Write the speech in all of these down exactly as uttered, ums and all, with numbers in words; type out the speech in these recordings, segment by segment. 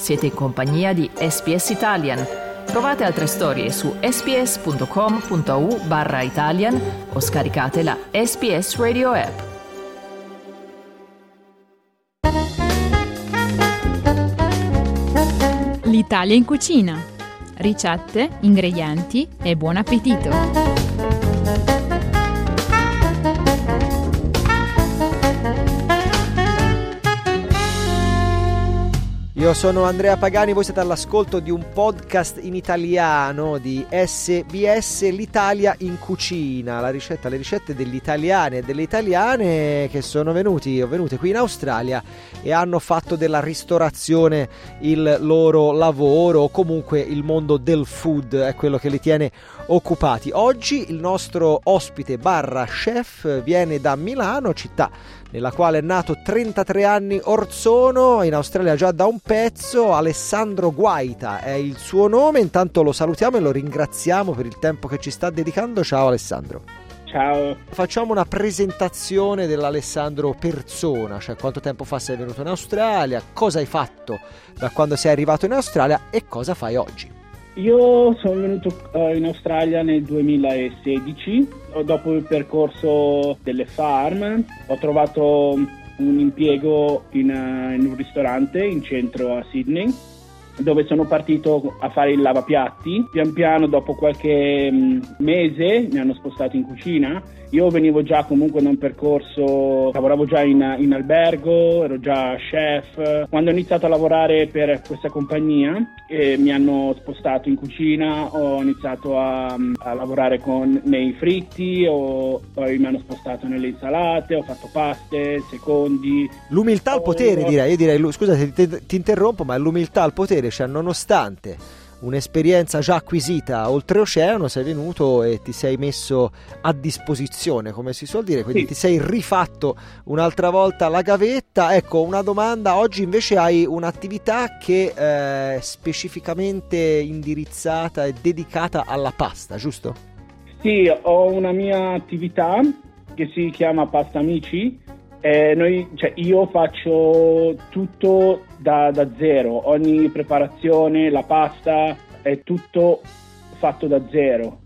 Siete in compagnia di S B S Italian. Trovate altre storie su sbs.com.au barra Italian o scaricate la S B S Radio app. L'Italia in cucina. Ricette, ingredienti e buon appetito! Io sono Andrea Pagani, voi siete all'ascolto di un podcast in italiano di S B S, l'Italia in cucina, la ricetta, le ricette degli italiani e delle italiane che sono venuti o venute qui in Australia e hanno fatto della ristorazione il loro lavoro, o comunque il mondo del food è quello che li tiene occupati. Oggi il nostro ospite barra chef viene da Milano, città nella quale è nato trentatré anni or sono, in Australia già da un pezzo. Alessandro Guaita è il suo nome, intanto lo salutiamo e lo ringraziamo per il tempo che ci sta dedicando. Ciao Alessandro. Ciao. Facciamo una presentazione dell'Alessandro persona, cioè quanto tempo fa sei venuto in Australia, cosa hai fatto da quando sei arrivato in Australia e cosa fai oggi. Io sono venuto uh, in Australia nel duemilasedici, dopo il percorso delle farm, ho trovato un impiego in, uh, in un ristorante in centro a Sydney, dove sono partito a fare il lavapiatti. Pian piano, dopo qualche um, mese, mi hanno spostato in cucina. Io venivo già comunque da un percorso, lavoravo già in, in albergo, ero già chef. Quando ho iniziato a lavorare per questa compagnia eh, mi hanno spostato in cucina, ho iniziato a, a lavorare con, nei fritti, o, poi mi hanno spostato nelle insalate, ho fatto paste, secondi. L'umiltà al potere, oh, direi. Io direi, scusa se ti, ti interrompo, ma l'umiltà al potere, cioè nonostante un'esperienza già acquisita oltreoceano sei venuto e ti sei messo a disposizione, come si suol dire, quindi sì, ti sei rifatto un'altra volta la gavetta. Ecco, una domanda: oggi invece hai un'attività che è eh, specificamente indirizzata e dedicata alla pasta, giusto? Sì, ho una mia attività che si chiama Pasta Amici. Eh, noi, cioè io faccio tutto da, da zero, ogni preparazione, la pasta è tutto fatto da zero.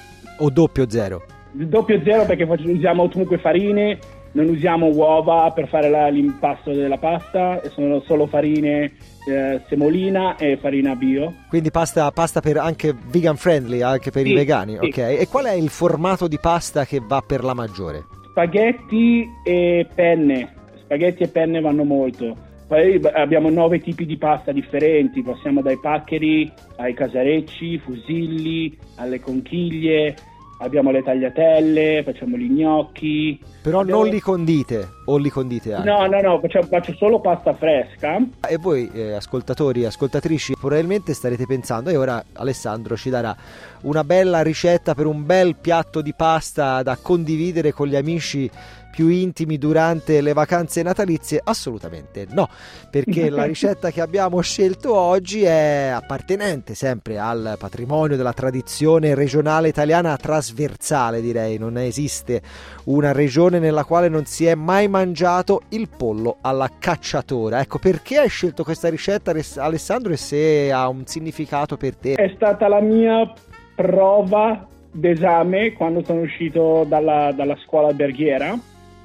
O doppio zero? Doppio zero perché faccio, usiamo comunque farine, non usiamo uova per fare la, l'impasto della pasta, sono solo farine eh, semolina e farina bio. Quindi pasta, pasta per anche vegan friendly, anche per sì, i vegani, sì. Ok. E qual è il formato di pasta che va per la maggiore? Spaghetti e penne, spaghetti e penne vanno molto. Poi abbiamo nove tipi di pasta differenti, passiamo dai paccheri ai casarecci, fusilli, alle conchiglie, abbiamo le tagliatelle, facciamo gli gnocchi. Però abbiamo... non li condite o li condite anche? No, no, no, faccio, faccio solo pasta fresca. E voi eh, ascoltatori e ascoltatrici probabilmente starete pensando, e ora Alessandro ci darà una bella ricetta per un bel piatto di pasta da condividere con gli amici più intimi durante le vacanze natalizie. Assolutamente no, perché la ricetta che abbiamo scelto oggi è appartenente sempre al patrimonio della tradizione regionale italiana trasversale, direi. Non esiste una regione nella quale non si è mai mangiato il pollo alla cacciatora. Ecco, perché hai scelto questa ricetta, Alessandro, e se ha un significato per te? È stata la mia prova d'esame quando sono uscito dalla, dalla scuola alberghiera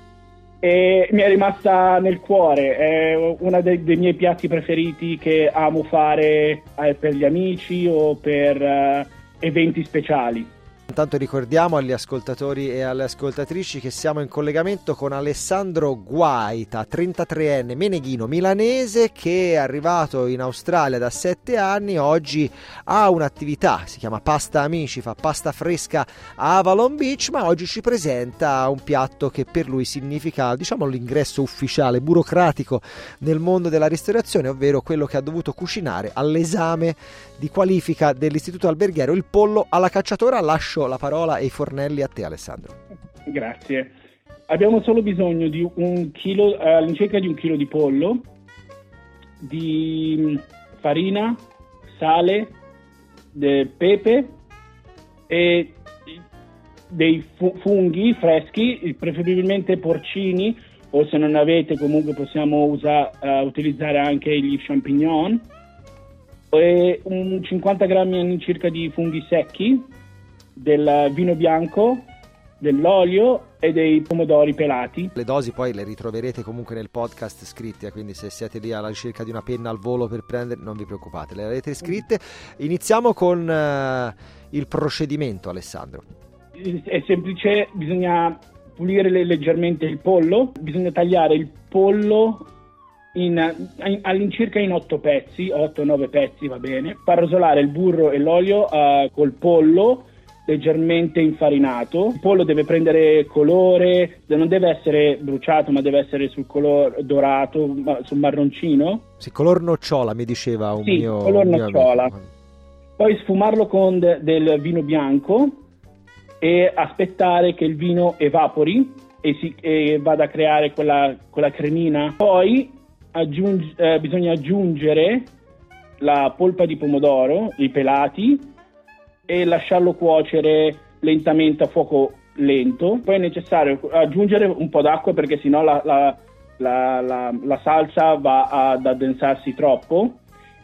e mi è rimasta nel cuore. È uno dei, dei miei piatti preferiti che amo fare eh, per gli amici o per eh, eventi speciali. Intanto ricordiamo agli ascoltatori e alle ascoltatrici che siamo in collegamento con Alessandro Guaita, trentatreenne meneghino milanese che è arrivato in Australia da sette anni. Oggi ha un'attività, si chiama Pasta Amici, fa pasta fresca a Avalon Beach, ma oggi ci presenta un piatto che per lui significa, diciamo, l'ingresso ufficiale, burocratico nel mondo della ristorazione, ovvero quello che ha dovuto cucinare all'esame di qualifica dell'istituto alberghiero, il pollo alla cacciatora. Lascio la parola e i fornelli a te, Alessandro. Grazie. Abbiamo solo bisogno di un chilo, all'incirca di un chilo di pollo, di farina, sale, del pepe e dei funghi freschi, preferibilmente porcini, o se non avete comunque possiamo usa, uh, utilizzare anche gli champignon. e un cinquanta grammi all'incirca di funghi secchi, del vino bianco, dell'olio e dei pomodori pelati. Le dosi poi le ritroverete comunque nel podcast scritte, quindi se siete lì alla ricerca di una penna al volo per prendere, non vi preoccupate, le avete scritte. Iniziamo con uh, il procedimento, Alessandro. È semplice, bisogna pulire leggermente il pollo, bisogna tagliare il pollo in, in, all'incirca in otto pezzi, otto nove pezzi va bene, far rosolare il burro e l'olio uh, col pollo leggermente infarinato. Il pollo deve prendere colore, non deve essere bruciato, ma deve essere sul colore dorato, sul marroncino. Sì, color nocciola mi diceva un sì, mio color mio nocciola. Amico. Poi sfumarlo con de- del vino bianco e aspettare che il vino evapori e, si, e vada a creare quella, quella cremina. Poi aggiungi- eh, bisogna aggiungere la polpa di pomodoro, i pelati, e lasciarlo cuocere lentamente a fuoco lento. Poi è necessario aggiungere un po' d'acqua perché sennò la, la, la, la, la salsa va ad addensarsi troppo,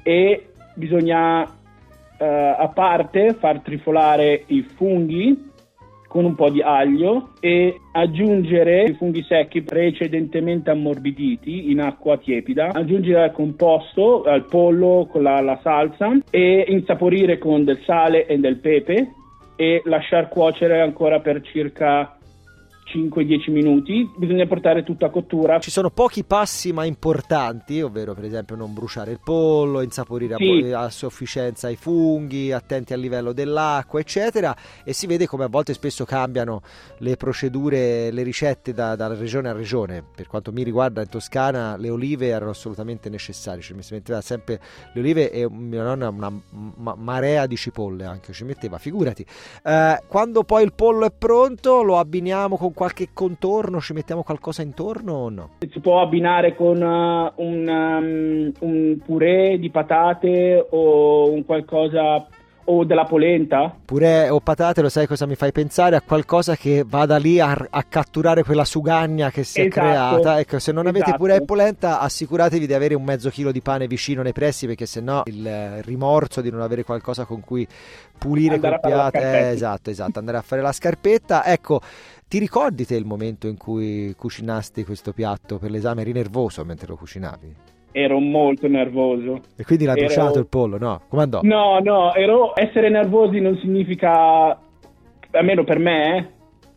e bisogna eh, a parte far trifolare i funghi con un po' di aglio e aggiungere i funghi secchi precedentemente ammorbiditi in acqua tiepida, aggiungere al composto, al pollo con la, la salsa, e insaporire con del sale e del pepe e lasciar cuocere ancora per circa cinque dieci minuti. Bisogna portare tutto a cottura. Ci sono pochi passi ma importanti, ovvero per esempio non bruciare il pollo, insaporire sì. a, a sufficienza i funghi, attenti al livello dell'acqua, eccetera, e si vede come a volte spesso cambiano le procedure, le ricette da, da regione a regione. Per quanto mi riguarda, in Toscana le olive erano assolutamente necessarie, ci si metteva sempre le olive e mia nonna una ma- marea di cipolle anche ci metteva, figurati. Eh, quando poi il pollo è pronto lo abbiniamo con qualche contorno, ci mettiamo qualcosa intorno o no? Si può abbinare con uh, un, um, un purè di patate o un qualcosa, o della polenta. Purè o patate, lo sai cosa mi fai pensare? A qualcosa che vada lì a, a catturare quella sugagna che si esatto, è creata. Ecco, se non avete esatto. purè e polenta, assicuratevi di avere un mezzo chilo di pane vicino nei pressi, perché sennò il rimorso di non avere qualcosa con cui pulire andare quel piatto, eh, esatto, esatto, andare a fare la scarpetta. Ecco, ti ricordi te il momento in cui cucinasti questo piatto per l'esame? Eri nervoso mentre lo cucinavi? Ero molto nervoso. E quindi l'ha ero... bruciato il pollo, no? Come andò? No, no, ero... essere nervosi non significa, almeno per me,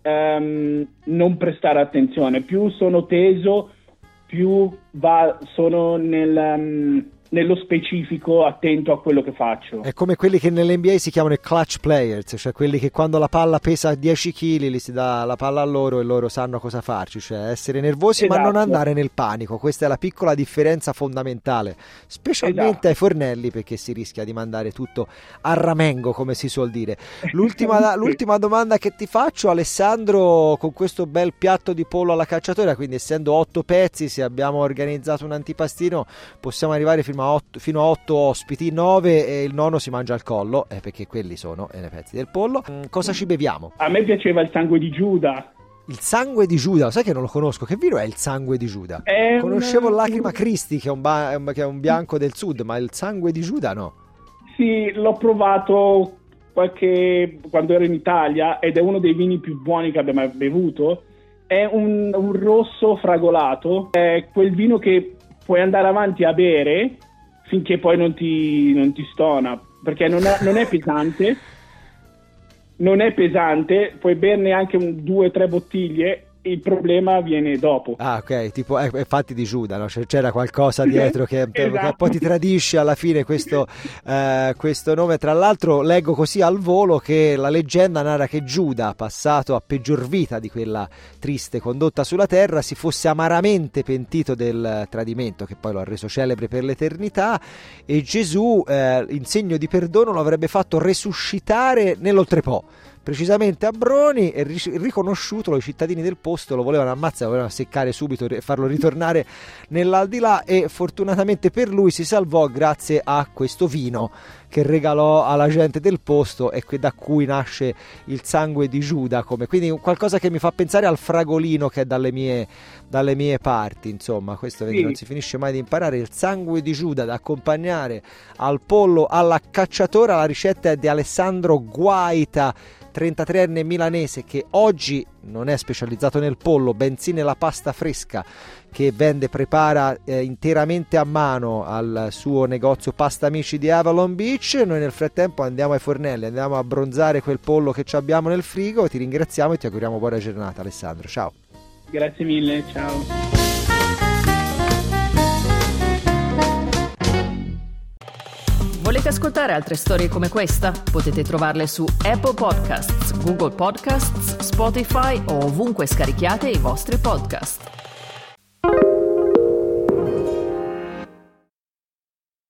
ehm, non prestare attenzione. Più sono teso, più va, sono nel... Um... nello specifico attento a quello che faccio. È come quelli che nell'N B A si chiamano i clutch players, cioè quelli che quando la palla pesa dieci chili li si dà la palla a loro e loro sanno cosa farci, cioè essere nervosi esatto. ma non andare nel panico. Questa è la piccola differenza fondamentale, specialmente esatto. ai fornelli, perché si rischia di mandare tutto a ramengo, come si suol dire. L'ultima, l'ultima domanda che ti faccio, Alessandro, con questo bel piatto di pollo alla cacciatora, quindi essendo otto pezzi, se abbiamo organizzato un antipastino possiamo arrivare fino a otto, fino a otto ospiti, nove e il nono si mangia al collo, eh, perché quelli sono eh, i pezzi del pollo. Mm, cosa ci beviamo? A me piaceva il sangue di Giuda. Il sangue di Giuda, sai che non lo conosco? Che vino è il sangue di Giuda? È Conoscevo un... il Lacrima Christi, che è, un ba... che è un bianco del sud, ma il sangue di Giuda no. Sì, l'ho provato qualche... quando ero in Italia ed è uno dei vini più buoni che abbia mai bevuto. È un, un rosso fragolato, è quel vino che puoi andare avanti a bere finché poi non ti, non ti stona, perché non è, non è pesante, non è pesante, puoi berne anche un, due o tre bottiglie, il problema viene dopo. Ah, ok, tipo eh, fatti di Giuda, no? C'era qualcosa dietro che, esatto. che un po' ti tradisce alla fine questo, eh, questo nome. Tra l'altro leggo così al volo che la leggenda narra che Giuda, passato a peggior vita di quella triste condotta sulla terra, si fosse amaramente pentito del tradimento che poi lo ha reso celebre per l'eternità, e Gesù eh, in segno di perdono lo avrebbe fatto resuscitare nell'oltrepo, precisamente a Broni, e riconosciutolo i cittadini del posto lo volevano ammazzare, lo volevano seccare subito e farlo ritornare nell'aldilà, e fortunatamente per lui si salvò grazie a questo vino che regalò alla gente del posto e da cui nasce il sangue di Giuda, come quindi qualcosa che mi fa pensare al fragolino che è dalle mie, dalle mie parti, insomma questo vedi, sì. non si finisce mai di imparare. Il sangue di Giuda da accompagnare al pollo alla cacciatora. La ricetta è di Alessandro Guaita, trentatreenne milanese, che oggi non è specializzato nel pollo, bensì nella pasta fresca che vende, prepara eh, interamente a mano al suo negozio Pasta Amici di Avalon Beach. Noi nel frattempo andiamo ai fornelli, andiamo a abbronzare quel pollo che abbiamo nel frigo. Ti ringraziamo e ti auguriamo buona giornata, Alessandro. Ciao. Grazie mille, ciao. Volete ascoltare altre storie come questa? Potete trovarle su Apple Podcasts, Google Podcasts, Spotify o ovunque scarichiate i vostri podcast.